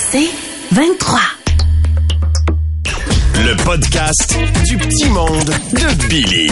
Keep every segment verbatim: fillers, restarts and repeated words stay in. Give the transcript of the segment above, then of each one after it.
C'est vingt-trois. Le podcast du petit monde de Billy.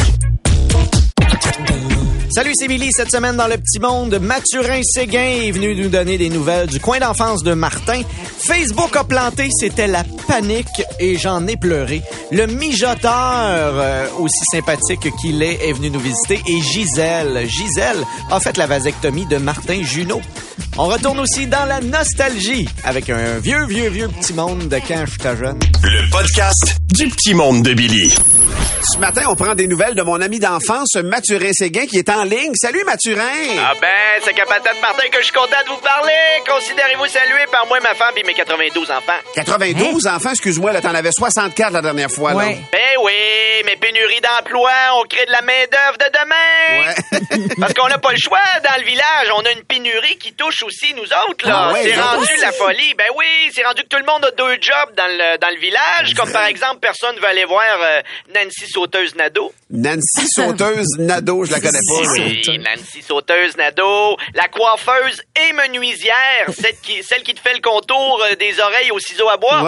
Salut, c'est Billy. Cette semaine, dans le petit monde, Mathurin-Séguin est venu nous donner des nouvelles du coin d'enfance de Martin. Facebook a planté, c'était la panique et j'en ai pleuré. Le mijoteur, euh, aussi sympathique qu'il est, est venu nous visiter. Et Gisèle, Gisèle a fait la vasectomie de Martin Junot. On retourne aussi dans la nostalgie avec un vieux, vieux, vieux petit monde de quand j'étais jeune. Le podcast du petit monde de Billy. Ce matin, on prend des nouvelles de mon ami d'enfance, Mathurin-Séguin, qui est en ligne. Salut, Mathurin! Ah ben, c'est Capitaine Martin que je suis content de vous parler. Considérez-vous salué par moi, ma femme et mes quatre-vingt-douze enfants. quatre-vingt-douze enfants, excuse-moi, là, t'en avais soixante-quatre la dernière fois, là. Ouais. Ben oui, mais pénurie d'emploi, on crée de la main-d'œuvre de demain. Ouais. Parce qu'on n'a pas le choix dans le village. On a une pénurie qui touche aussi nous autres, là. Ah ouais, c'est donc rendu aussi. la folie. Ben oui, c'est rendu que tout le monde a deux jobs dans le, dans le village. Comme par exemple, personne veut aller voir euh, Nancy Sauteuse Nadeau. Nancy Sauteuse Nadeau, je la connais pas. Oui, Nancy Sauteuse Nadeau, la coiffeuse et menuisière, celle qui, celle qui te fait le contour euh, des oreilles au ciseau à bois. Ouais.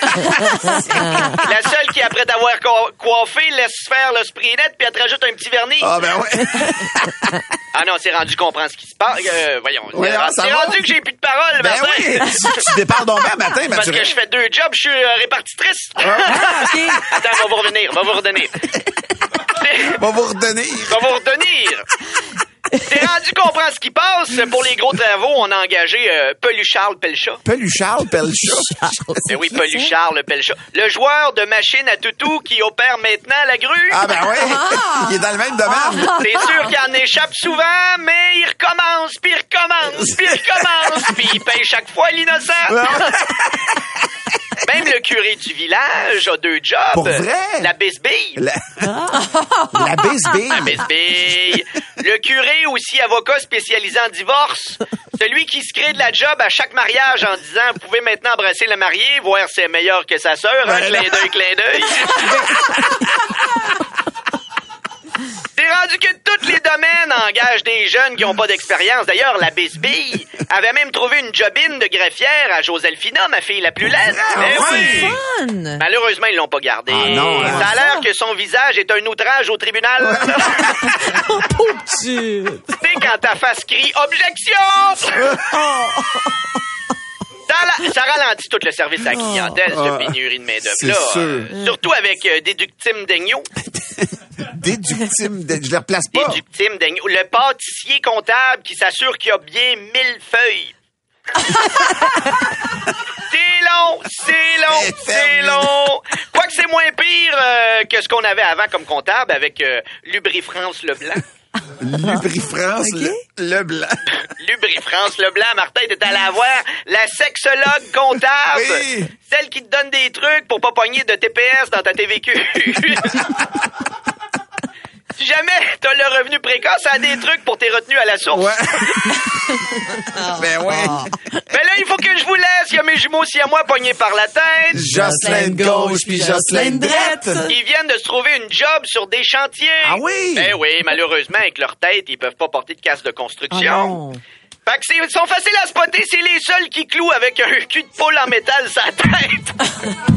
La seule qui, après t'avoir co- coiffé, laisse faire le spray net puis elle te rajoute un petit vernis. Ah, ben ouais. Ah non, c'est rendu qu'on prend ce qui se passe. Euh, voyons, Ouais, c'est, ah, ça c'est va? rendu que j'ai plus de parole, Ben Martin. oui. Tu, tu départs donc bien matin, Parce Mathurin. que je fais deux jobs, je suis euh, répartitrice. Ah, Attends, on va vous revenir, on va vous redonner. On va vous redonner. On va vous redonner. C'est rendu qu'on prend ce qui passe. Pour les gros travaux, on a engagé euh, Pelu-Charles Pelchat. Pelu-Charles, Pelchat. Ben oui, Pelu-Charles Pelchat. Le joueur de machine à toutou qui opère maintenant la grue. Ah, ben ouais. Il est dans le même domaine. C'est sûr qu'il en échappe souvent, mais il recommence, puis il recommence, puis il recommence, puis il paye chaque fois l'innocent. Même le curé du village a deux jobs. Pour vrai? La bisbille. La, la bisbille. La bisbille. Le curé, aussi avocat spécialisé en divorce. Celui qui se crée de la job à chaque mariage en disant « Vous pouvez maintenant embrasser le marié, voir si c'est meilleur que sa sœur. » Un clin d'œil, clin d'œil. C'est rendu que tous les domaines engagent des jeunes qui n'ont pas d'expérience. D'ailleurs, la bisbille avait même trouvé une jobine de greffière à Joselphina, ma fille la plus laide. Ah, Eh ouais. oui. Fun! Malheureusement, ils l'ont pas gardé. Ah non, hein. Ça a l'air que son visage est un outrage au tribunal. Tu... Tu sais, quand ta face crie « Objection! » Ça, la- ça ralentit tout le service à la clientèle, Ah, cette pénurie de main-d'œuvre c'est là. sûr. Euh, Surtout avec euh, Déductime Daigneault. Déductime. de- Je le replace pas. Déductime Daigneault. Le pâtissier comptable qui s'assure qu'il y a bien mille feuilles. C'est long, c'est long, C'est c'est terminé. long. Quoique c'est moins pire euh, que ce qu'on avait avant comme comptable avec euh, Lubrifrance Leblanc. Lubrifrance Ok. le, Leblanc. Lubrifrance Leblanc, Martin, t'es allé la voir, la sexologue comptable. Oui. Celle qui te donne des trucs pour pas pogner de T P S dans ta T V Q. Si jamais t'as le revenu précoce, ça a des trucs pour tes retenues à la source. Ouais. Ben ouais. Mais là, il faut que je vous laisse. Il y a mes jumeaux aussi à moi pognés par la tête. Jocelyne gauche puis Jocelyne droite. Ils viennent de se trouver une job sur des chantiers. Ah oui? Ben oui, malheureusement, avec leur tête, ils peuvent pas porter de casse de construction. Ah non. Fait que c'est, ils sont faciles à spotter, c'est les seuls qui clouent avec un cul de poule en métal sur la tête.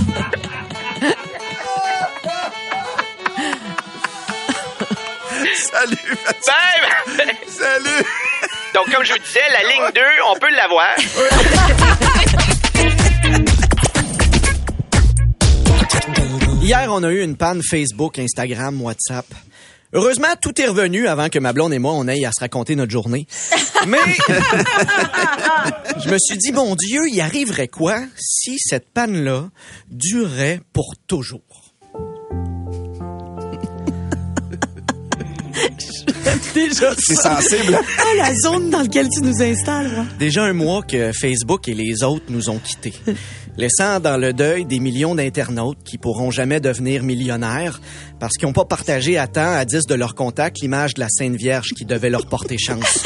Salut, Mathieu. Ben, ben, Salut. donc, comme je vous disais, la ligne deux, on peut l'avoir. Hier, on a eu une panne Facebook, Instagram, WhatsApp. Heureusement, tout est revenu avant que ma blonde et moi, on aille à se raconter notre journée. Mais je me suis dit, mon Dieu, il arriverait quoi si cette panne-là durait pour toujours? Déjà, C'est sensible. Ah, la zone dans laquelle tu nous installes, moi. Déjà un mois que Facebook et les autres nous ont quittés, laissant dans le deuil des millions d'internautes qui pourront jamais devenir millionnaires parce qu'ils n'ont pas partagé à temps à dix de leurs contacts l'image de la Sainte Vierge qui devait leur porter chance.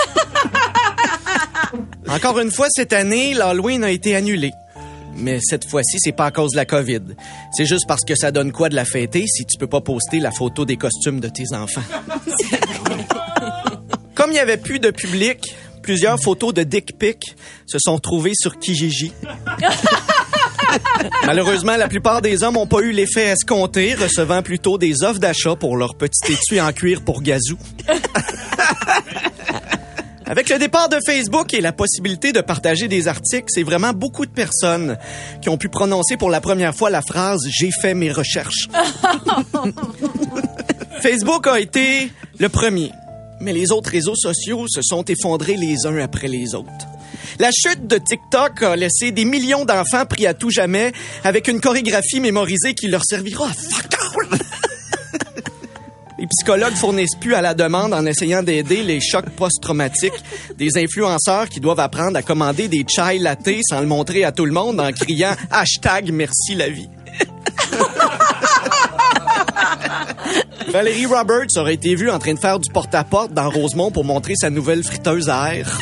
Encore une fois, cette année, l'Halloween a été annulé. Mais cette fois-ci, c'est pas à cause de la COVID. C'est juste parce que ça donne quoi de la fêter si tu peux pas poster la photo des costumes de tes enfants. Comme il y avait plus de public, Plusieurs photos de dick pic se sont retrouvées sur Kijiji. Malheureusement, la plupart des hommes n'ont pas eu l'effet escompté, recevant plutôt des offres d'achat pour leur petit étui en cuir pour gazou. Avec le départ de Facebook et la possibilité de partager des articles, c'est vraiment beaucoup de personnes qui ont pu prononcer pour la première fois la phrase « J'ai fait mes recherches ». Facebook a été le premier, mais les autres réseaux sociaux se sont effondrés les uns après les autres. La chute de TikTok a laissé des millions d'enfants pris à tout jamais avec une chorégraphie mémorisée qui leur servira à fuck all. Les psychologues fournissent plus à la demande en essayant d'aider les chocs post-traumatiques des influenceurs qui doivent apprendre à commander des chai latte sans le montrer à tout le monde en criant « Hashtag merci la vie ». Valérie Roberts aurait été vue en train de faire du porte-à-porte dans Rosemont pour montrer sa nouvelle friteuse à air.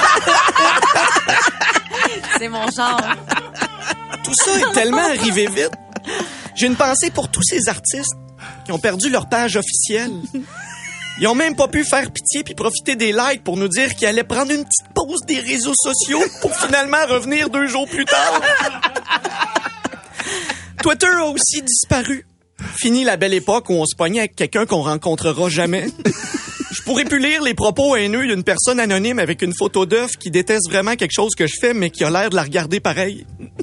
C'est mon genre. Tout ça est tellement arrivé vite. J'ai une pensée pour tous ces artistes qui ont perdu leur page officielle. Ils ont même pas pu faire pitié puis profiter des likes pour nous dire qu'ils allaient prendre une petite pause des réseaux sociaux pour finalement revenir deux jours plus tard. Twitter a aussi disparu. Fini la belle époque où on se pognait avec quelqu'un qu'on rencontrera jamais. Je pourrais plus lire les propos haineux d'une personne anonyme avec une photo d'œuf qui déteste vraiment quelque chose que je fais, mais qui a l'air de la regarder pareil.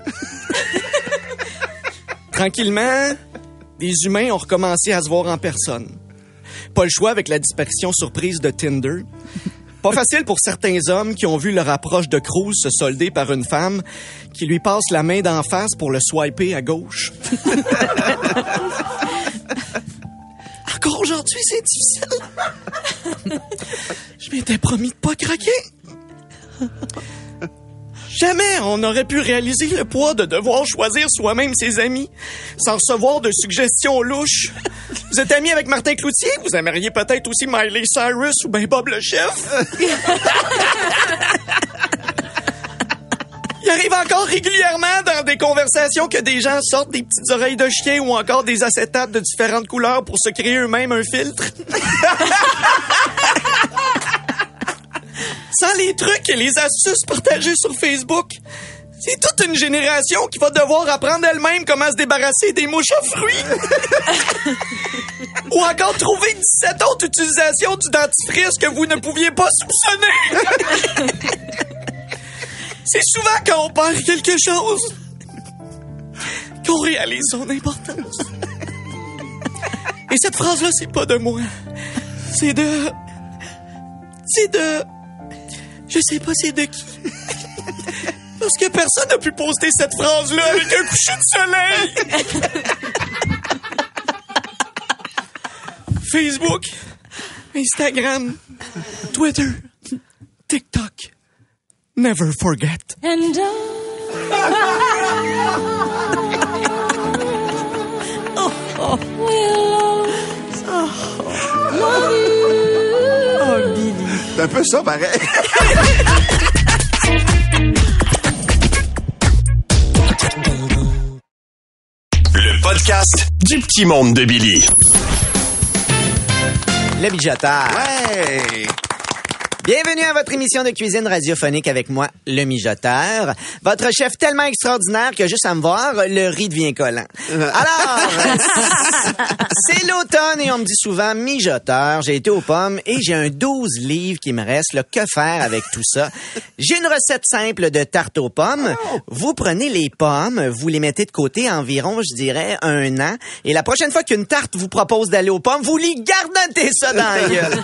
Tranquillement, des humains ont recommencé à se voir en personne. Pas le choix avec la disparition surprise de Tinder. Pas facile pour certains hommes qui ont vu leur approche de cruise se solder par une femme qui lui passe la main d'en face pour le swiper à gauche. Encore aujourd'hui, c'est difficile. Je m'étais promis de pas craquer. Jamais on n'aurait pu réaliser le poids de devoir choisir soi-même ses amis sans recevoir de suggestions louches. Vous êtes amis avec Martin Cloutier, vous aimeriez peut-être aussi Miley Cyrus ou ben Bob le chef. Il arrive encore régulièrement dans des conversations que des gens sortent des petites oreilles de chien ou encore des acétates de différentes couleurs pour se créer eux-mêmes un filtre. Sans les trucs et les astuces partagées sur Facebook, c'est toute une génération qui va devoir apprendre elle-même comment se débarrasser des mouches à fruits. Ou encore trouver dix-sept autres utilisations du dentifrice que vous ne pouviez pas soupçonner. C'est souvent quand on perd quelque chose qu'on réalise son importance. Et cette phrase-là, c'est pas de moi. C'est de... C'est de... Je sais pas c'est de qui. Parce que personne n'a pu poster cette phrase-là avec un coucher de soleil. Facebook, Instagram, Twitter, TikTok. Never forget. And I... Oh, oh. will Oh, love you. oh, Billy. C'est un peu ça, pareil. Le podcast du petit monde de Billy. Le mijoteur. Ouais. Bienvenue à votre émission de cuisine radiophonique avec moi, le mijoteur. Votre chef tellement extraordinaire que juste à me voir, le riz devient collant. Alors, c'est l'automne et on me dit souvent mijoteur. J'ai été aux pommes et j'ai un douze livres qui me reste. Là, que faire avec tout ça? J'ai une recette simple de tarte aux pommes. Vous prenez les pommes, vous les mettez de côté environ, je dirais, un an. Et la prochaine fois qu'une tarte vous propose d'aller aux pommes, vous lui gardez ça dans la gueule.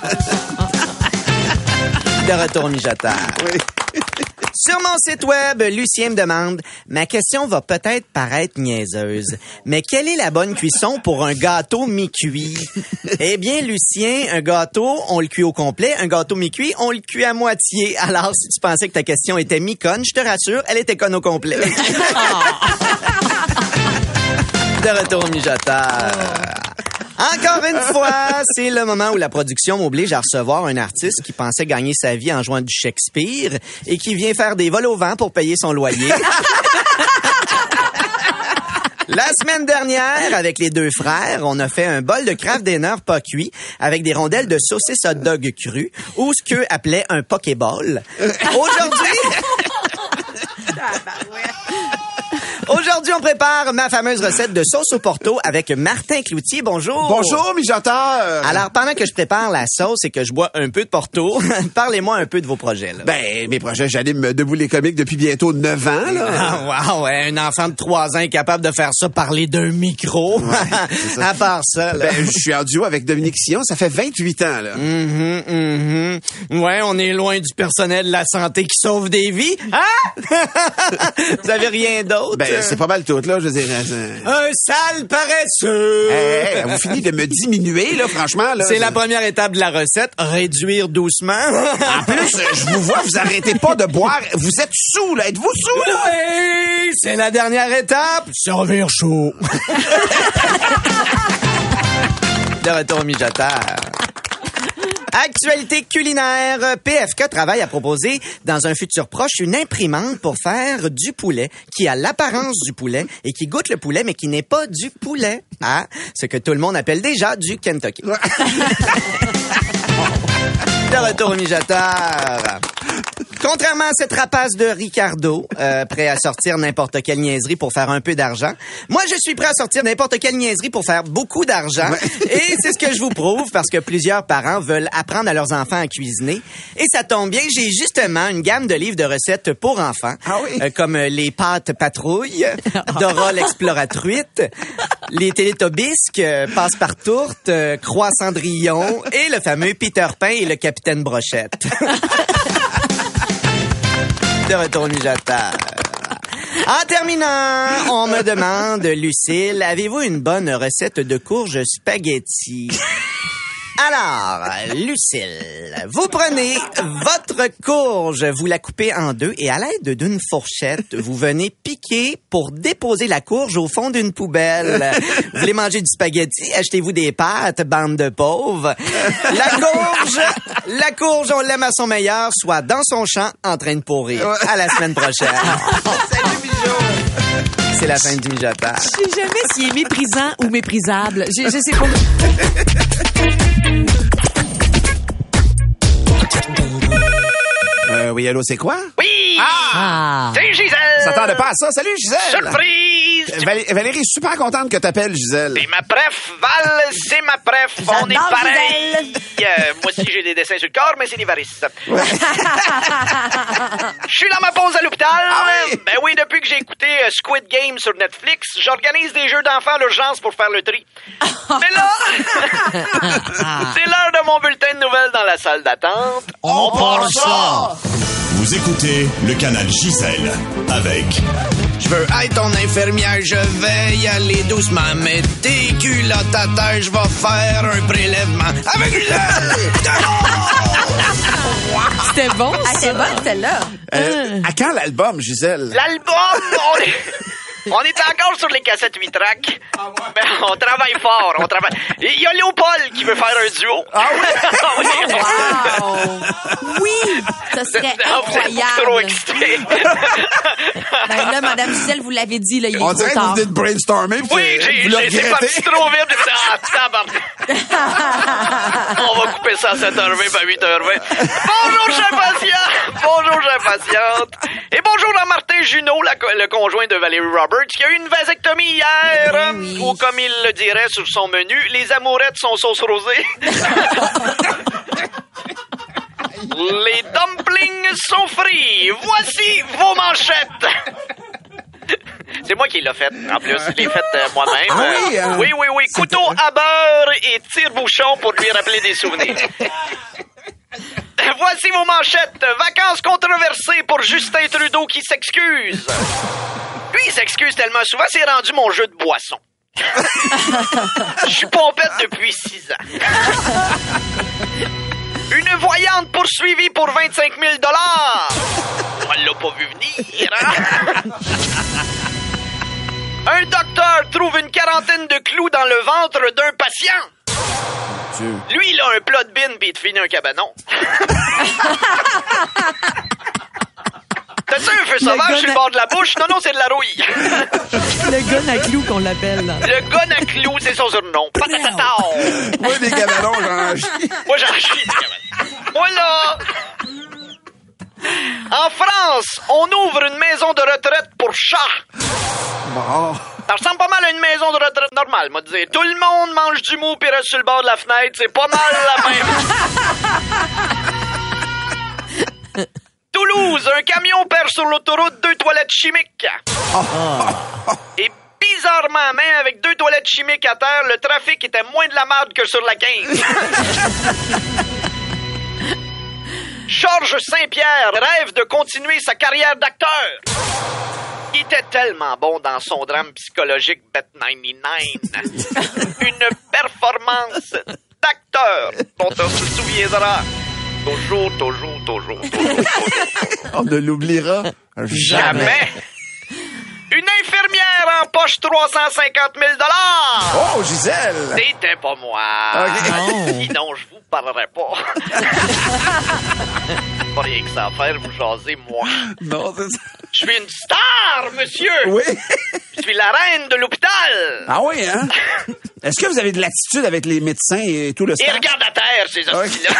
De retour au mijoteur. Oui. Sur mon site web, Lucien me demande, ma question va peut-être paraître niaiseuse, mais quelle est la bonne cuisson pour un gâteau mi-cuit? Eh bien, Lucien, un gâteau, on le cuit au complet. Un gâteau mi-cuit, on le cuit à moitié. Alors, si tu pensais que ta question était mi-conne, je te rassure, elle était conne au complet. De retour au mijoteur. Encore une fois, c'est le moment où la production m'oblige à recevoir un artiste qui pensait gagner sa vie en jouant du Shakespeare et qui vient faire des vols au vent pour payer son loyer. La semaine dernière, avec les deux frères, on a fait un bol de Kraft Dinner pas cuit avec des rondelles de saucisse hot dog cru ou ce qu'eux appelaient un pokéball. Aujourd'hui... Aujourd'hui, on prépare ma fameuse recette de sauce au Porto avec Martin Cloutier. Bonjour. Bonjour, mijoteur. Alors, pendant que je prépare la sauce et que je bois un peu de Porto, parlez-moi un peu de vos projets. Là. Ben, mes projets, j'anime Debout les comiques depuis bientôt neuf ans. Là. Ah, wow, ouais, un enfant de trois ans est capable de faire ça, parler d'un micro. Ouais, à part ça, là. Ben, je suis en duo avec Dominique Sion, ça fait vingt-huit ans. Là. Mm-hmm, mm-hmm. Ouais, on est loin du personnel de la santé qui sauve des vies. Hein? Vous avez rien d'autre? Ben, c'est pas mal tout, là, je veux dire. C'est... Un sale paresseux! Hey, hey, vous finissez de me diminuer, là, franchement. Là, c'est la première étape de la recette, réduire doucement. En plus, je vous vois, vous arrêtez pas de boire. Vous êtes sous, là. Êtes-vous sous, là? Oui, c'est la dernière étape, servir chaud. De retour au mijoteur. Actualité culinaire. P F K travaille à proposer dans un futur proche une imprimante pour faire du poulet qui a l'apparence du poulet et qui goûte le poulet mais qui n'est pas du poulet. Ah, ce que tout le monde appelle déjà du Kentucky. De retour au mijoteur. Contrairement à cette rapace de Ricardo, euh, prêt à sortir n'importe quelle niaiserie pour faire un peu d'argent, moi, je suis prêt à sortir n'importe quelle niaiserie pour faire beaucoup d'argent. Ouais. Et c'est ce que je vous prouve parce que plusieurs parents veulent apprendre à leurs enfants à cuisiner. Et ça tombe bien, j'ai justement une gamme de livres de recettes pour enfants. Ah oui? euh, comme les pâtes patrouille, Dora l'exploratruite, les télétobisques, euh, passe-partourte, euh, Croix Cendrillon et le fameux Peter Pan et le capitaine Brochette. De retour au mijoteur. En terminant, on me demande, Lucille, avez-vous une bonne recette de courges spaghetti? Alors, Lucille, vous prenez votre courge, vous la coupez en deux et à l'aide d'une fourchette, vous venez piquer pour déposer la courge au fond d'une poubelle. Vous voulez manger du spaghetti? Achetez-vous des pâtes, bande de pauvres. La courge, la courge, on l'aime à son meilleur, soit dans son champ, en train de pourrir. À la semaine prochaine. Salut, Bijou! C'est la fin du mijoteur. Je sais jamais s'il est méprisant ou méprisable. Je, je sais pas. Euh, oui, allô, c'est quoi? Oui! Ah! C'est Gisèle! S'attendait pas à ça. Salut, Gisèle! Surprise! Euh, Val- Valérie, super contente que t'appelles, Gisèle. C'est ma préf, Val, c'est ma préf. On est J'adore pareil. Euh, moi aussi, j'ai des dessins sur le corps, mais c'est des varices. Ouais. Je suis dans ma pause à l'hôpital. Ah oui? Ben oui, depuis que j'ai écouté euh, Squid Game sur Netflix, j'organise des jeux d'enfants à l'urgence pour faire le tri. Mais là, c'est l'heure de mon bulletin de nouvelles dans la salle d'attente. On part ça! Vous écoutez le canal Gisèle avec... Je veux être ton infirmière, je vais y aller doucement. Mets tes culottes à terre, je vais faire un prélèvement. Avec Gisèle! C'était bon, Ah, c'est bon, celle-là. Euh, à quand l'album, Gisèle? L'album, on est... On est encore sur les cassettes huit tracks. Mais on travaille fort, on travaille. Il y a Léopold qui veut faire un duo. Ah oui? Wow! Oui! Ce serait Non, vous êtes beaucoup trop incroyable. excité. Ben là, Madame Gisèle, vous l'avez dit, là, il est On trop dirait que tard. vous venez de brainstormer. Puis Oui, que j'ai, vous le j'ai, c'est regrettez. parti trop vite. J'ai fait, ah, tabarnak. On va couper ça à sept heures vingt, pas huit heures vingt. Bonjour, chers patients. Bonjour, chers patientes. Et bonjour à Martin Junot, la co- le conjoint de Valérie Roberts, qui a eu une vasectomie hier. Oui. Ou comme il le dirait sur son menu, les amourettes sont sauce rosée. Les dumplings sont frits. Voici vos manchettes. C'est moi qui l'ai fait, en plus. Je l'ai fait euh, moi-même. Ah oui, Euh, hein? oui, oui, oui. Couteau à beurre et tire-bouchon pour lui rappeler des souvenirs. Voici vos manchettes. Vacances controversées pour Justin Trudeau qui s'excuse. Lui, il s'excuse tellement souvent, c'est rendu mon jeu de boisson. Je suis pompette depuis six ans. Une voyante poursuivie pour vingt-cinq mille dollars. On l'a pas vu venir, hein? Un docteur trouve une quarantaine de clous dans le ventre d'un patient. Dieu. Lui, il a un plat de bine pis il te finit un cabanon. T'as-tu un feu Le sauvage gars sur le n'a- bord de la bouche? Non, non, c'est de la rouille. Le gars à clou qu'on l'appelle. là. Le gars à clou, c'est son surnom. Patatata. Moi, des cabalons, j'en chie. Moi, j'en chie, des cabalons. Moi, là... En France, on ouvre une maison de retraite pour chats. Bon. Ça ressemble pas mal à une maison de retraite normale, moi, dire. Tout le monde mange du mou puis reste sur le bord de la fenêtre. C'est pas mal la même. Toulouse, un camion perd sur l'autoroute deux toilettes chimiques. Et bizarrement, même avec deux toilettes chimiques à terre, le trafic était moins de la merde que sur la quinze. Georges Saint-Pierre rêve de continuer sa carrière d'acteur. Il était tellement bon dans son drame psychologique Bet quatre-vingt-dix-neuf. Une performance d'acteur dont on se souviendra. Toujours, toujours, toujours, toujours, toujours. On ne l'oubliera Jamais. Une infirmière empoche trois cent cinquante mille dollars. Oh, Gisèle! C'était pas moi. OK. Sinon, je vous parlerai pas. Pas rien que ça à faire, vous jasez, moi. Non, c'est ça. Je suis une star, monsieur. Oui. Je suis la reine de l'hôpital. Ah oui, hein? Est-ce que vous avez de l'attitude avec les médecins et tout le Et staff? regarde à terre, ces hosties-là.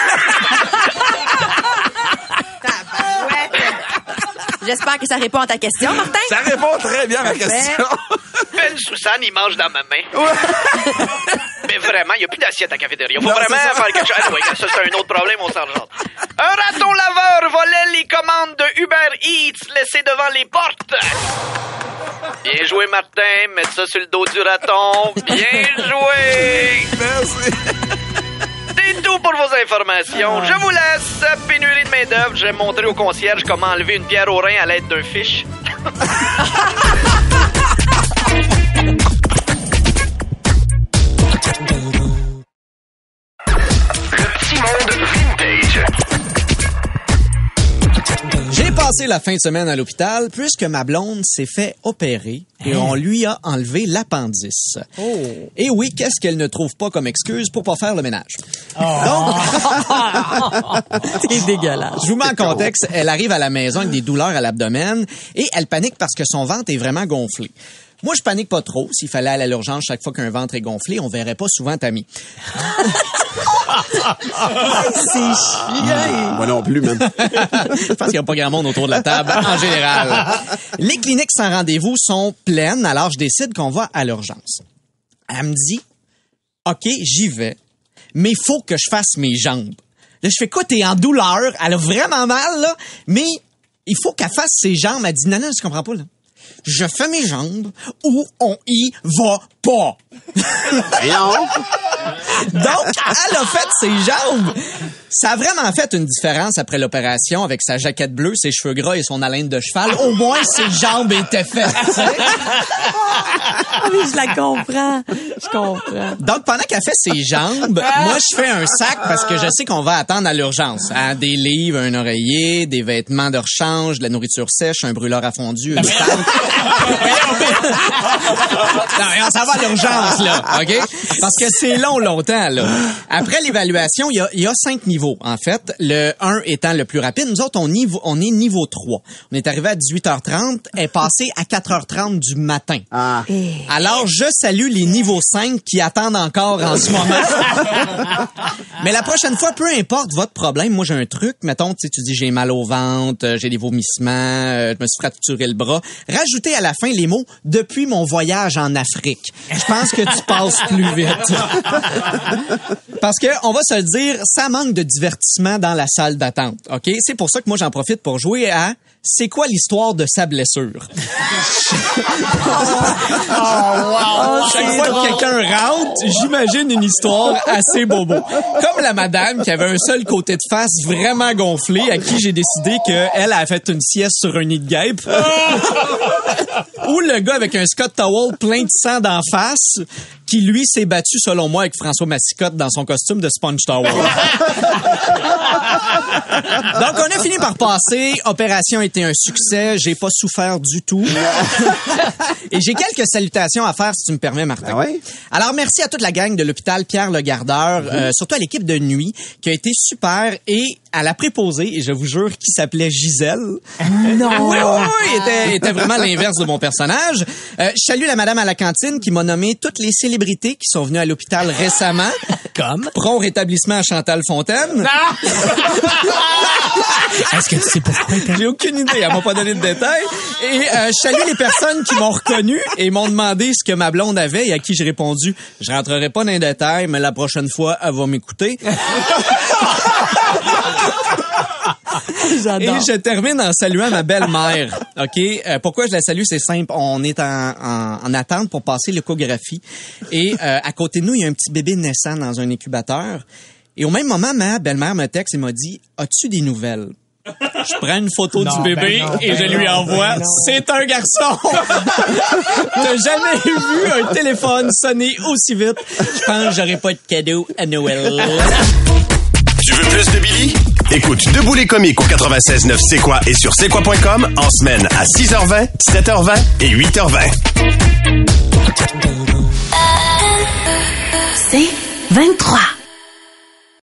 J'espère que ça répond à ta question, Martin. Ça répond très bien à ma question. Ben, Suzanne, il mange dans ma main. Mais vraiment, il n'y a plus d'assiette à la cafétéria. Faut Non, vraiment c'est ça. faire quelque chose. Ah, oui, ça, c'est un autre problème, on s'en rejette. Un raton laveur volait les commandes de Uber Eats laissées devant les portes. Bien joué, Martin. Mets ça sur le dos du raton. Bien joué. Merci. C'est tout pour vos informations. Je vous laisse. Pénurie de main-d'œuvre. Je vais montrer au concierge comment enlever une pierre au rein à l'aide d'un fiche. J'ai passé la fin de semaine à l'hôpital puisque ma blonde s'est fait opérer et on lui a enlevé l'appendice. Oh. Et oui, qu'est-ce qu'elle ne trouve pas comme excuse pour pas faire le ménage? Donc, C'est dégueulasse. je vous mets en contexte, elle arrive à la maison avec des douleurs à l'abdomen et elle panique parce que son ventre est vraiment gonflé. Moi, je panique pas trop. S'il fallait aller à l'urgence chaque fois qu'un ventre est gonflé, on verrait pas souvent Tammy. C'est chiant. Moi non plus, même. Je pense qu'il n'y a pas grand monde autour de la table, en général. Les cliniques sans rendez-vous sont pleines, alors je décide qu'on va à l'urgence. Elle me dit, OK, j'y vais, mais il faut que je fasse mes jambes. Là, je fais quoi? T'es en douleur, elle a vraiment mal, là, mais il faut qu'elle fasse ses jambes. Elle dit, non, non, je comprends pas, là. Je fais mes jambes ou on y va pas. Non. Donc, elle a fait ses jambes. Ça a vraiment fait une différence après l'opération avec sa jaquette bleue, ses cheveux gras et son haleine de cheval. Au moins, ses jambes étaient faites. tu sais. Ah oui, je la comprends. Je comprends. Donc, pendant qu'elle fait ses jambes, moi, je fais un sac parce que je sais qu'on va attendre à l'urgence. Hein? Des livres, un oreiller, des vêtements de rechange, de la nourriture sèche, un brûleur à fondu, une table. Non, mais on s'en va à l'urgence, là, OK? Parce que c'est long, longtemps, là. Après l'évaluation, il y a, il y a cinq niveaux, en fait. Le un étant le plus rapide. Nous autres, on, niveau, on est niveau trois. On est arrivé à dix-huit heures trente, est passé à quatre heures trente du matin. Ah. Alors, je salue les niveaux cinq qui attendent encore en ce moment. Mais la prochaine fois, peu importe votre problème, moi, j'ai un truc. Mettons, tu sais, tu dis j'ai mal au ventre, euh, j'ai des vomissements, euh, je me suis fracturé le bras. Rajoutez à la fin les mots « depuis mon voyage en Afrique ». Je pense que tu passes plus vite. Parce que, on va se le dire, ça manque de divertissement dans la salle d'attente. OK? C'est pour ça que moi, j'en profite pour jouer à « C'est quoi l'histoire de sa blessure? » Chaque fois que quelqu'un rentre, j'imagine une histoire assez bobo. Comme la madame qui avait un seul côté de face vraiment gonflé, à qui j'ai décidé qu'elle a fait une sieste sur un nid de guêpe. Ou le gars avec un Scott Towel plein de sang d'en face, qui, lui, s'est battu, selon moi, avec François Massicotte dans son costume de Sponge Tower. Donc, on a fini par passer. Opération a été un succès. J'ai pas souffert du tout. Et j'ai quelques salutations à faire, si tu me permets, Martin. Ah ouais? Alors, merci à toute la gang de l'hôpital Pierre Le Gardeur, euh, surtout à l'équipe de nuit, qui a été super, et à la préposée, et je vous jure, qui s'appelait Gisèle. Non! Oui, oui, oui, était, était vraiment l'inverse de mon personnage. Euh, je salue la madame à la cantine qui m'a nommé toutes les célébrités qui sont venues à l'hôpital récemment. Comme? Prompt rétablissement à Chantal Fontaine. Est-ce que c'est pourquoi? J'ai aucune idée, elle m'a pas donné de détails. Et euh, je salue les personnes qui m'ont reconnu et m'ont demandé ce que ma blonde avait et à qui j'ai répondu, je rentrerai pas dans les détails, mais la prochaine fois, elle va m'écouter. J'adore. Et je termine en saluant ma belle-mère. OK? Euh, pourquoi je la salue? C'est simple. On est en, en, en attente pour passer l'échographie. Et euh, à côté de nous, il y a un petit bébé naissant dans un incubateur. Et au même moment, ma belle-mère me texte et m'a dit, as-tu des nouvelles? Je prends une photo non, du bébé ben non, et ben je lui non, envoie. ben C'est un garçon! T'as jamais vu un téléphone sonner aussi vite? Je pense que j'aurais pas de cadeau à Noël. Tu veux plus de Billy? Écoute Debout les comiques au quatre-vingt-seize neuf C'est quoi et sur c'est quoi point com en semaine à six heures vingt, sept heures vingt et huit heures vingt. C'est vingt-trois.